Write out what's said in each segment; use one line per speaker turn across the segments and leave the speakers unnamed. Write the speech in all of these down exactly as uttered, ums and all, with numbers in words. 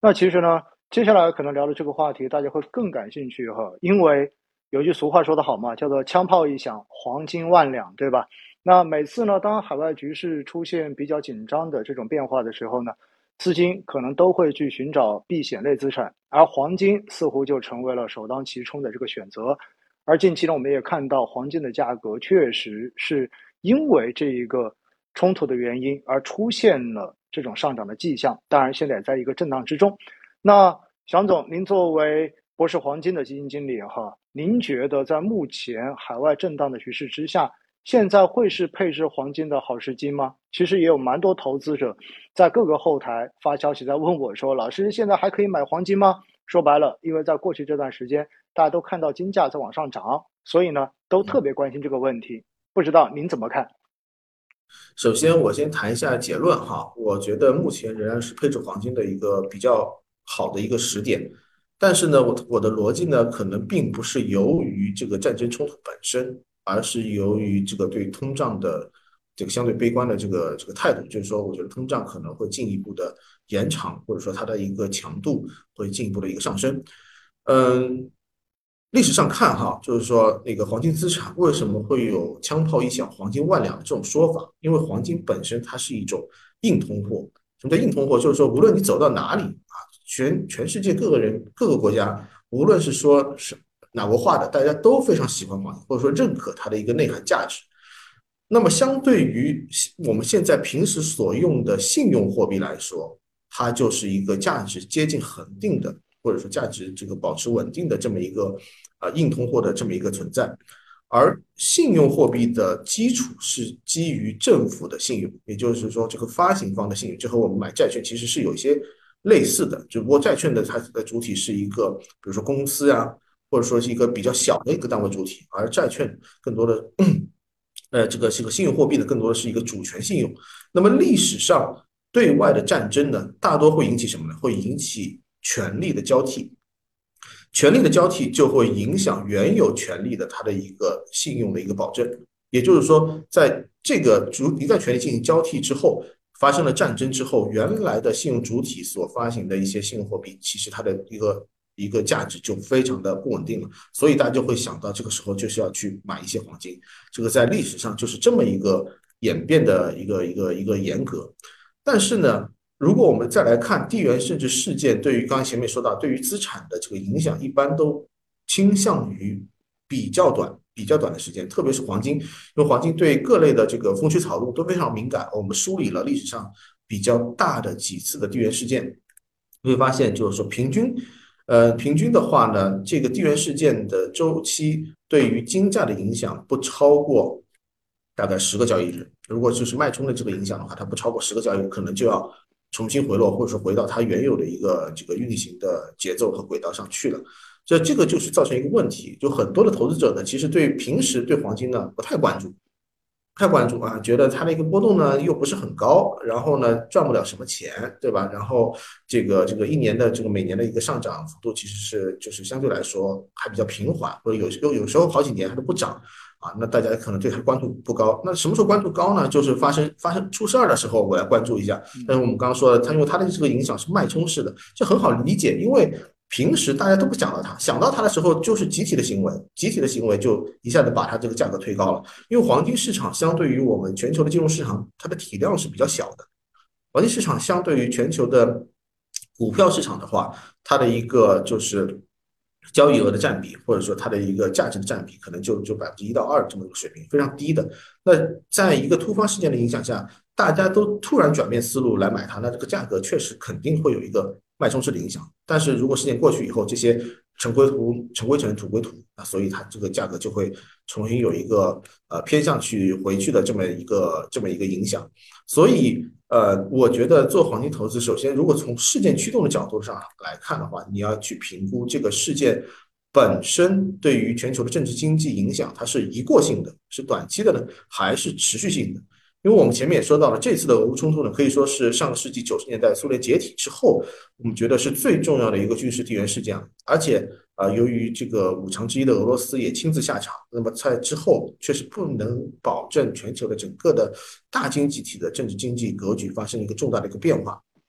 那其实呢，接下来可能聊的这个话题大家会更感兴趣哈，因为有句俗话说得好嘛，叫做“枪炮一响，黄金万两”，对吧？那每次呢，当海外局势出现比较紧张的这种变化的时候呢，资金可能都会去寻找避险类资产，而黄金似乎就成为了首当其冲的这个选择。而近期呢，我们也看到黄金的价格确实是因为这一个冲突的原因而出现了这种上涨的迹象，当然现在也在一个震荡之中。那祥总，您作为博士黄金的基金经理哈，您觉得在目前海外震荡的局势之下，现在会是配置黄金的好时机吗？其实也有蛮多投资者在各个后台发消息在问我说：“老师，现在还可以买黄金吗？”说白了，因为在过去这段时间，大家都看到金价在往上涨，所以呢，都特别关心这个问题。不知道您怎么看？
首先，我先谈一下结论哈，我觉得目前仍然是配置黄金的一个比较好的一个时点，但是呢，我我的逻辑呢，可能并不是由于这个战争冲突本身，而是由于这个对通胀的这个相对悲观的这个这个态度，就是说，我觉得通胀可能会进一步的延长，或者说它的一个强度会进一步的一个上升。嗯，历史上看哈，就是说那个黄金资产为什么会有“枪炮一响，黄金万两”的这种说法？因为黄金本身它是一种硬通货。什么叫硬通货？就是说无论你走到哪里啊，全全世界各个人各个国家，无论是说是哪国画的，大家都非常喜欢黄金，或者说认可它的一个内涵价值。那么相对于我们现在平时所用的信用货币来说，它就是一个价值接近恒定的，或者说价值这个保持稳定的这么一个呃硬通货的这么一个存在。而信用货币的基础是基于政府的信用，也就是说这个发行方的信用，这和我们买债券其实是有一些类似的，只不过债券的它的主体是一个，比如说公司啊，或者说是一个比较小的一个单位主体，而债券更多的呃，这个这个信用货币呢，更多的是一个主权信用。那么历史上对外的战争呢，大多会引起什么呢？会引起权力的交替，权力的交替就会影响原有权力的它的一个信用的一个保证。也就是说，在这个主一旦权力进行交替之后，发生了战争之后，原来的信用主体所发行的一些信用货币，其实它的一个一个价值就非常的不稳定了，所以大家就会想到这个时候就是要去买一些黄金。这个在历史上就是这么一个演变的一个一个一个严格。但是呢，如果我们再来看地缘政治事件对于刚才前面说到对于资产的这个影响，一般都倾向于比较短、比较短的时间，特别是黄金，因为黄金对各类的这个风吹草动都非常敏感。我们梳理了历史上比较大的几次的地缘事件，你会发现就是说平均。呃，平均的话呢，这个地缘事件的周期对于金价的影响不超过大概十个交易日。如果就是脉冲的这个影响的话，它不超过十个交易日，可能就要重新回落，或者说回到它原有的一个这个运行的节奏和轨道上去了。这这个就是造成一个问题，就很多的投资者呢，其实对平时对黄金呢不太关注，太关注啊，觉得它的一个波动呢又不是很高，然后呢赚不了什么钱，对吧？然后这个这个一年的这个每年的一个上涨幅度其实是就是相对来说还比较平缓，或者有有有时候好几年还都不涨啊，那大家可能对它关注不高。那什么时候关注高呢？就是发生发生出事儿的时候，我要关注一下。但是我们刚刚说的，它因为它的这个影响是脉冲式的，这很好理解，因为平时大家都不想到它，想到它的时候就是集体的行为，集体的行为就一下子把它这个价格推高了。因为黄金市场相对于我们全球的金融市场，它的体量是比较小的。黄金市场相对于全球的股票市场的话，它的一个就是交易额的占比，或者说它的一个价值的占比，可能就就百分之一到二这么一个水平，非常低的。那在一个突发事件的影响下，大家都突然转变思路来买它，那这个价格确实肯定会有一个脉冲式的影响。但是如果事件过去以后，这些尘归土，尘归尘，土归土，啊，所以它这个价格就会重新有一个呃偏向去回去的这么一个这么一个影响。所以呃，我觉得做黄金投资，首先如果从事件驱动的角度上来看的话，你要去评估这个事件本身对于全球的政治经济影响，它是一过性的，是短期的呢，还是持续性的？因为我们前面也说到了，这次的俄乌冲突呢，可以说是上个世纪九十年代苏联解体之后，我们觉得是最重要的一个军事地缘事件。而且啊、呃，由于这个五常之一的俄罗斯也亲自下场，那么在之后确实不能保证全球的整个的大经济体的政治经济格局发生一个重大的一个变化。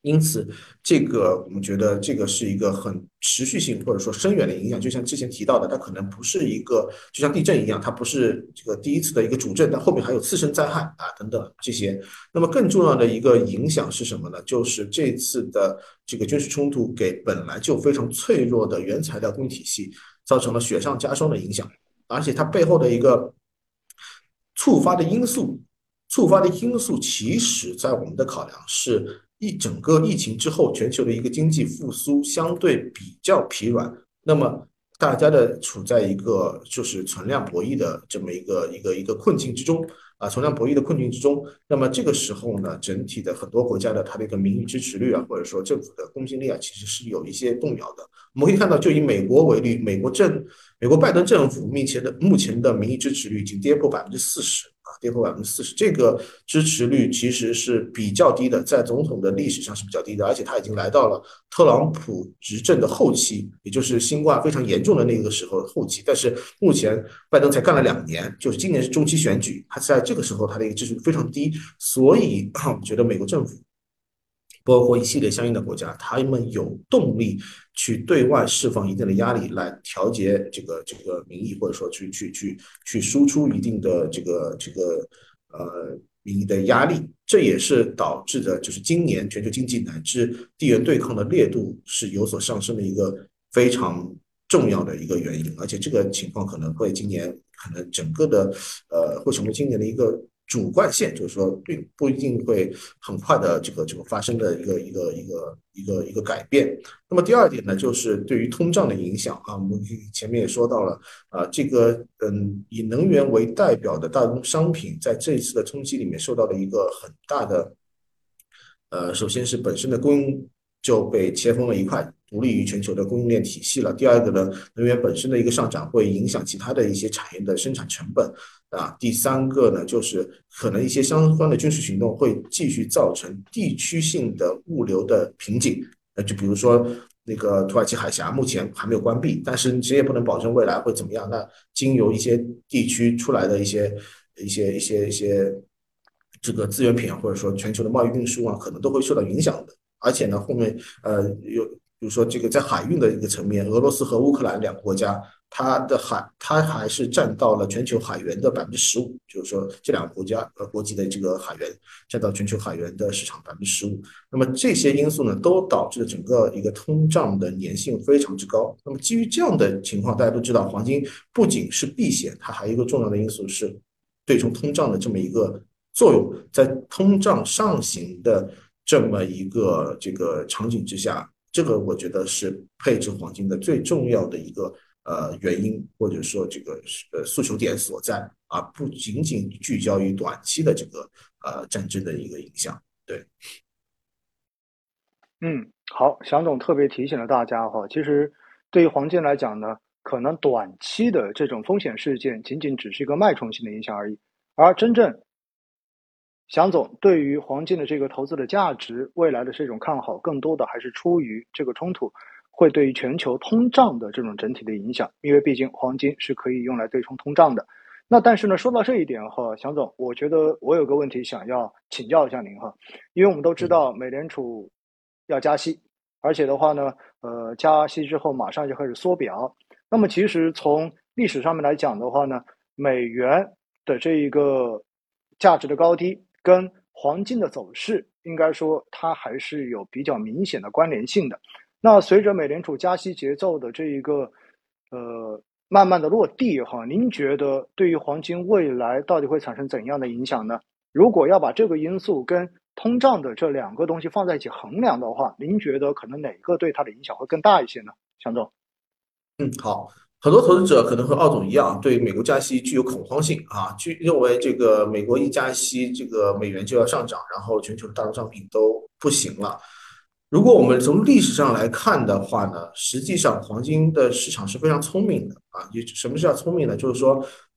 因此，这个我们觉得这个是一个很持续性或者说深远的影响。就像之前提到的，它可能不是一个，就像地震一样，它不是这个第一次的一个主震，但后面还有次生灾害啊等等这些。那么更重要的一个影响是什么呢？就是这次的这个军事冲突给本来就非常脆弱的原材料供应体系造成了雪上加霜的影响，而且它背后的一个触发的因素，触发的因素其实在我们的考量是一整个疫情之后全球的一个经济复苏相对比较疲软，那么大家的处在一个就是存量博弈的这么一个一个一个困境之中啊，存量博弈的困境之中。那么这个时候呢，整体的很多国家的它的一个民意支持率啊，或者说政府的公信力啊，其实是有一些动摇的。我们可以看到，就以美国为例，美国政美国拜登政府目前的目前的民意支持率已经跌破百分之四十啊，跌破百分之四十，这个支持率其实是比较低的，在总统的历史上是比较低的，而且它已经来到了特朗普执政的后期，也就是新冠非常严重的那个时候后期。但是目前拜登才干了两年，就是今年是中期选举，他在这个时候他的一个支持率非常低，所以我觉得美国政府包括一系列相应的国家，他们有动力去对外释放一定的压力，来调节这个这个民意，或者说去去去去输出一定的这个这个呃民意的压力。这也是导致的，就是今年全球经济乃至地缘对抗的烈度是有所上升的一个非常重要的一个原因，而且这个情况可能会今年可能整个的呃会成为今年的一个主惯线，就是说并不一定会很快的这个这个发生的一个一个一个一个一个改变。那么第二点呢，就是对于通胀的影响啊，我们前面也说到了啊，这个嗯以能源为代表的大宗商品在这一次的冲击里面受到了一个很大的呃，首先是本身的供应就被切封了一块，独立于全球的供应链体系了。第二个呢，能源本身的一个上涨会影响其他的一些产业的生产成本啊。第三个呢，就是可能一些相关的军事行动会继续造成地区性的物流的瓶颈。呃，就比如说那个土耳其海峡目前还没有关闭，但是谁也不能保证未来会怎么样。那经由一些地区出来的一些一些一些一些这个资源品啊，或者说全球的贸易运输啊，可能都会受到影响的。而且呢，后面呃有比如说这个在海运的一个层面，俄罗斯和乌克兰两个国家，它的海它还是占到了全球海员的百分之十五，就是说这两个国家呃国籍的这个海员占到全球海员的市场百分之十五。那么这些因素呢，都导致了整个一个通胀的粘性非常之高。那么基于这样的情况，大家都知道，黄金不仅是避险，它还有一个重要的因素是对冲通胀的这么一个作用，在通胀上行的这么一个这个场景之下，这个我觉得是配置黄金的最重要的一个呃原因，或者说这个呃诉求点所在，而不仅仅聚焦于短期的这个呃战争的一个影响。对。
嗯，好，祥总特别提醒了大家哈，其实对于黄金来讲呢，可能短期的这种风险事件仅仅只是一个脉冲性的影响而已，而真正祥总对于黄金的这个投资的价值，未来的这种看好，更多的还是出于这个冲突会对于全球通胀的这种整体的影响，因为毕竟黄金是可以用来对冲通胀的。那但是呢，说到这一点哈，祥总，我觉得我有个问题想要请教一下您哈，因为我们都知道美联储要加息，而且的话呢，呃，加息之后马上就开始缩表。那么其实从历史上面来讲的话呢，美元的这一个价值的高低跟黄金的走势，应该说它还是有比较明显的关联性的。那随着美联储加息节奏的这一个呃慢慢的落地哈，您觉得对于黄金未来到底会产生怎样的影响呢？如果要把这个因素跟通胀的这两个东西放在一起衡量的话，您觉得可能哪个对它的影响会更大一些呢？向总。
嗯，好，很多投资者可能和奥总一样，对美国加息具有恐慌性啊，据认为这个美国一加息，这个美元就要上涨，然后全球的大宗商品都不行了。如果我们从历史上来看的话呢，实际上黄金的市场是非常聪明的啊。也什么是叫聪明呢？就是说，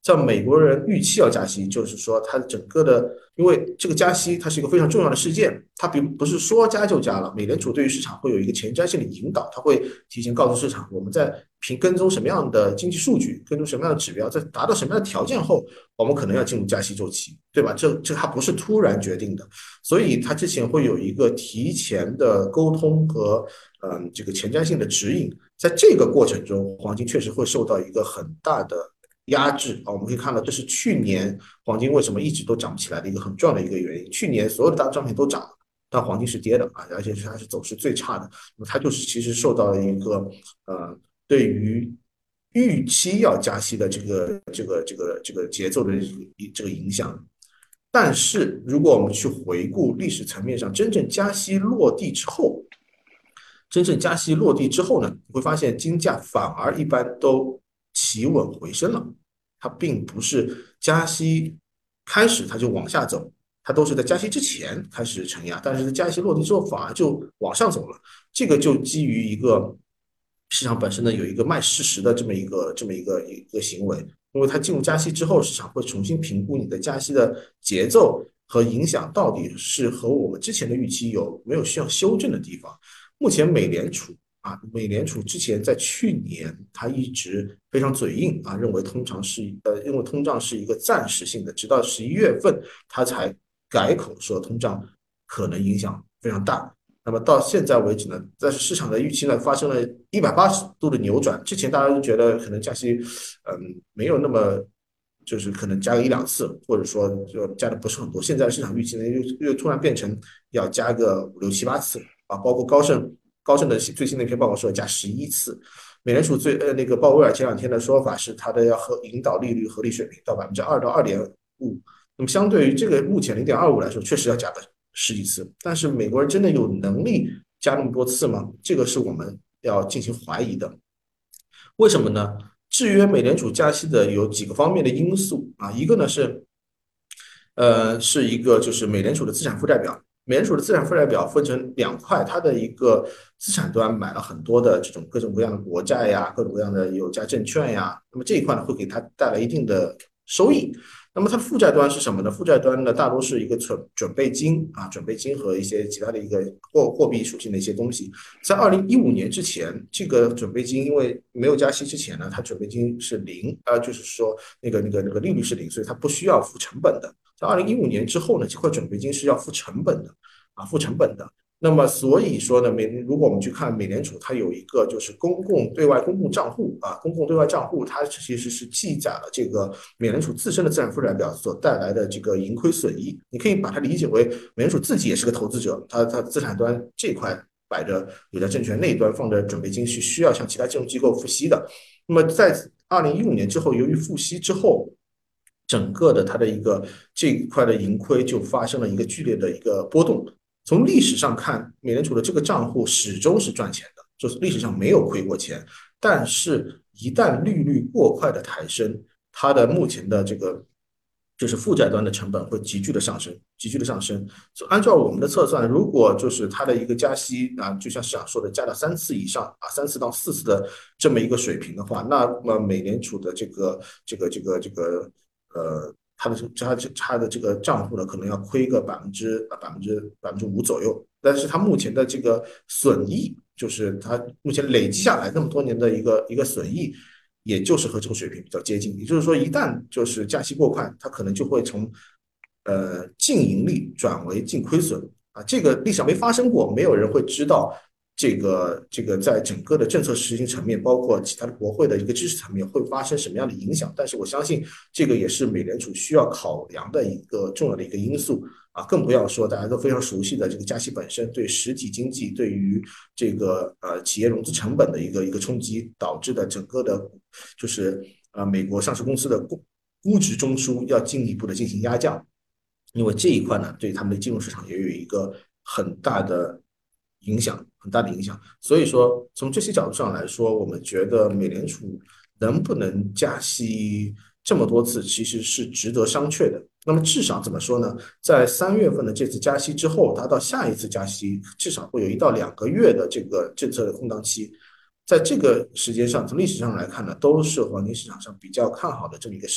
像美国人预期要加息，就是说它整个的，因为这个加息它是一个非常重要的事件，它并不是说加就加了。美联储对于市场会有一个前瞻性的引导，它会提前告诉市场，我们在凭跟踪什么样的经济数据，跟踪什么样的指标，在达到什么样的条件后，我们可能要进入加息周期，对吧？这这它不是突然决定的，所以它之前会有一个提前的沟通和嗯这个前瞻性的指引。在这个过程中，黄金确实会受到一个很大的压制啊。我们可以看到，这是去年黄金为什么一直都涨不起来的一个很重要的一个原因。去年所有的大商品都涨了，但黄金是跌的啊，而且是它是走势最差的。那么它就是其实受到了一个呃对于预期要加息的这个这个这个这个节奏的这个影响。但是如果我们去回顾历史层面上真正加息落地之后，真正加息落地之后呢，你会发现金价反而一般都企稳回升了，它并不是加息开始它就往下走，它都是在加息之前开始承压，但是在加息落地之后反而就往上走了。这个就基于一个市场本身呢有一个卖事实的这么一个这么一个一个行为，因为它进入加息之后，市场会重新评估你的加息的节奏和影响到底是和我们之前的预期有没有需要修正的地方。目前美联储啊，美联储之前在去年，它一直非常嘴硬啊，认为通常是呃，认为通胀是一个暂时性的，直到十一月份，它才改口说通胀可能影响非常大。那么到现在为止呢，在市场的预期呢发生了一百八十度的扭转。之前大家都觉得可能加息，嗯，没有那么，就是可能加个一两次，或者说就加的不是很多。现在市场预期呢又又突然变成要加个五六七八次啊，包括高盛高盛的最新的一篇报告说要加十一次。美联储最呃那个鲍威尔前两天的说法是，他的要和引导利率合理水平到百分之二到二点五。那么相对于这个目前零点二五来说，确实要加个十几次，但是美国人真的有能力加那么多次吗？这个是我们要进行怀疑的。为什么呢？制约美联储加息的有几个方面的因素啊，一个呢是，呃，是一个就是美联储的资产负债表。美联储的资产负债表分成两块，它的一个资产端买了很多的这种各种各样的国债呀，各种各样的有价证券呀，那么这一块呢会给它带来一定的收益。那么它的负债端是什么呢？负债端呢，大多是一个准准备金啊，准备金和一些其他的一个货货币属性的一些东西。在二零一五年之前，这个准备金因为没有加息之前呢，它准备金是零啊、呃，就是说那个那个那个利率是零，所以它不需要付成本的。在二零一五年之后呢，这块准备金是要付成本的啊，付成本的。那么所以说呢，美如果我们去看美联储，它有一个就是公共对外公共账户啊，公共对外账户，它其实是记载了这个美联储自身的资产负债表所带来的这个盈亏损益。你可以把它理解为美联储自己也是个投资者，它它资产端这块摆着有的证券，那一端放着准备金，是需要向其他金融机构付息的。那么在二零一五年之后，由于付息之后，整个的它的一个这一块的盈亏就发生了一个剧烈的一个波动。从历史上看，美联储的这个账户始终是赚钱的，就是历史上没有亏过钱。但是，一旦利率过快的抬升，它的目前的这个就是负债端的成本会急剧的上升，急剧的上升。按照我们的测算，如果就是它的一个加息啊，就像市场说的，加到三次以上啊，三次到四次的这么一个水平的话，那么美联储的这个这个这个这个呃。它的它它的这个账户呢，可能要亏个百分之百分之百分之五左右，但是它目前的这个损益，就是它目前累积下来那么多年的一个一个损益，也就是和这个水平比较接近。也就是说，一旦就是加息过快，它可能就会从呃净盈利转为净亏损啊，这个历史上没发生过，没有人会知道这个这个在整个的政策实行层面，包括其他的国会的一个支持层面，会发生什么样的影响？但是我相信这个也是美联储需要考量的一个重要的一个因素啊，更不要说大家都非常熟悉的这个加息本身对实体经济、对于这个呃企业融资成本的一个一个冲击，导致的整个的，就是呃美国上市公司的估估值中枢要进一步的进行压降，因为这一块呢，对他们的金融市场也有一个很大的影响，很大的影响。所以说，从这些角度上来说，我们觉得美联储能不能加息这么多次，其实是值得商榷的。那么至少怎么说呢？在三月份的这次加息之后，它到下一次加息，至少会有一到两个月的这个政策的空档期。在这个时间上，从历史上来看呢，都是黄金市场上比较看好的这么一个时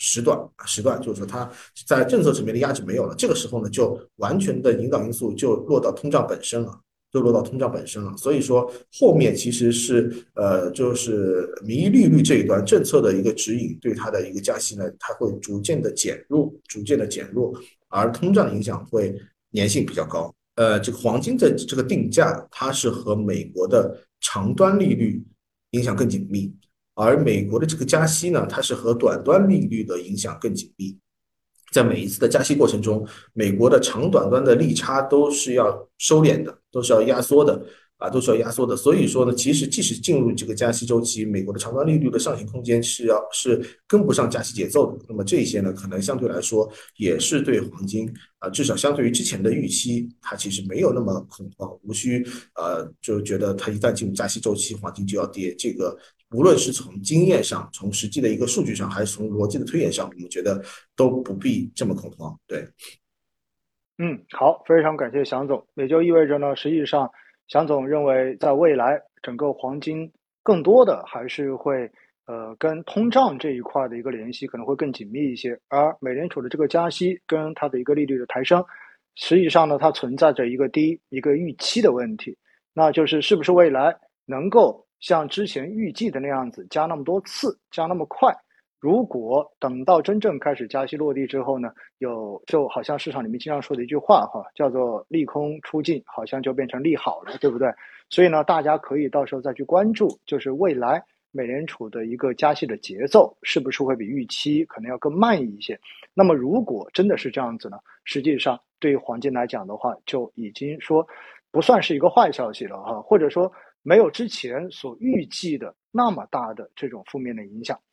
时段啊时段，就是说它在政策层面的压制没有了，这个时候呢，就完全的引导因素就落到通胀本身了。就落到通胀本身了，所以说后面其实是呃，就是名义利率这一端政策的一个指引，对它的一个加息呢，它会逐渐的减弱，逐渐的减弱，而通胀的影响会粘性比较高。呃，这个黄金的这个定价，它是和美国的长端利率影响更紧密，而美国的这个加息呢，它是和短端利率的影响更紧密。在每一次的加息过程中，美国的长短端的利差都是要收敛的，都是要压缩的啊，都是要压缩的。所以说呢，其实即使进入这个加息周期，美国的长端利率的上行空间是要是跟不上加息节奏的。那么这些呢，可能相对来说也是对黄金啊，至少相对于之前的预期，它其实没有那么恐慌，无需呃就觉得它一旦进入加息周期，黄金就要跌。这个无论是从经验上、从实际的一个数据上，还是从逻辑的推演上，我们觉得都不必这么恐慌。对，
嗯，好，非常感谢祥总。也就意味着呢，实际上祥总认为，在未来整个黄金更多的还是会呃跟通胀这一块的一个联系可能会更紧密一些，而美联储的这个加息跟它的一个利率的抬升，实际上呢，它存在着一个第一一个预期的问题，那就是是不是未来能够像之前预计的那样子加那么多次，加那么快。如果等到真正开始加息落地之后呢，有就好像市场里面经常说的一句话哈，叫做利空出尽，好像就变成利好了，对不对？所以呢，大家可以到时候再去关注，就是未来美联储的一个加息的节奏是不是会比预期可能要更慢一些。那么如果真的是这样子呢，实际上对于黄金来讲的话，就已经说不算是一个坏消息了哈，或者说没有之前所预计的那么大的这种负面的影响。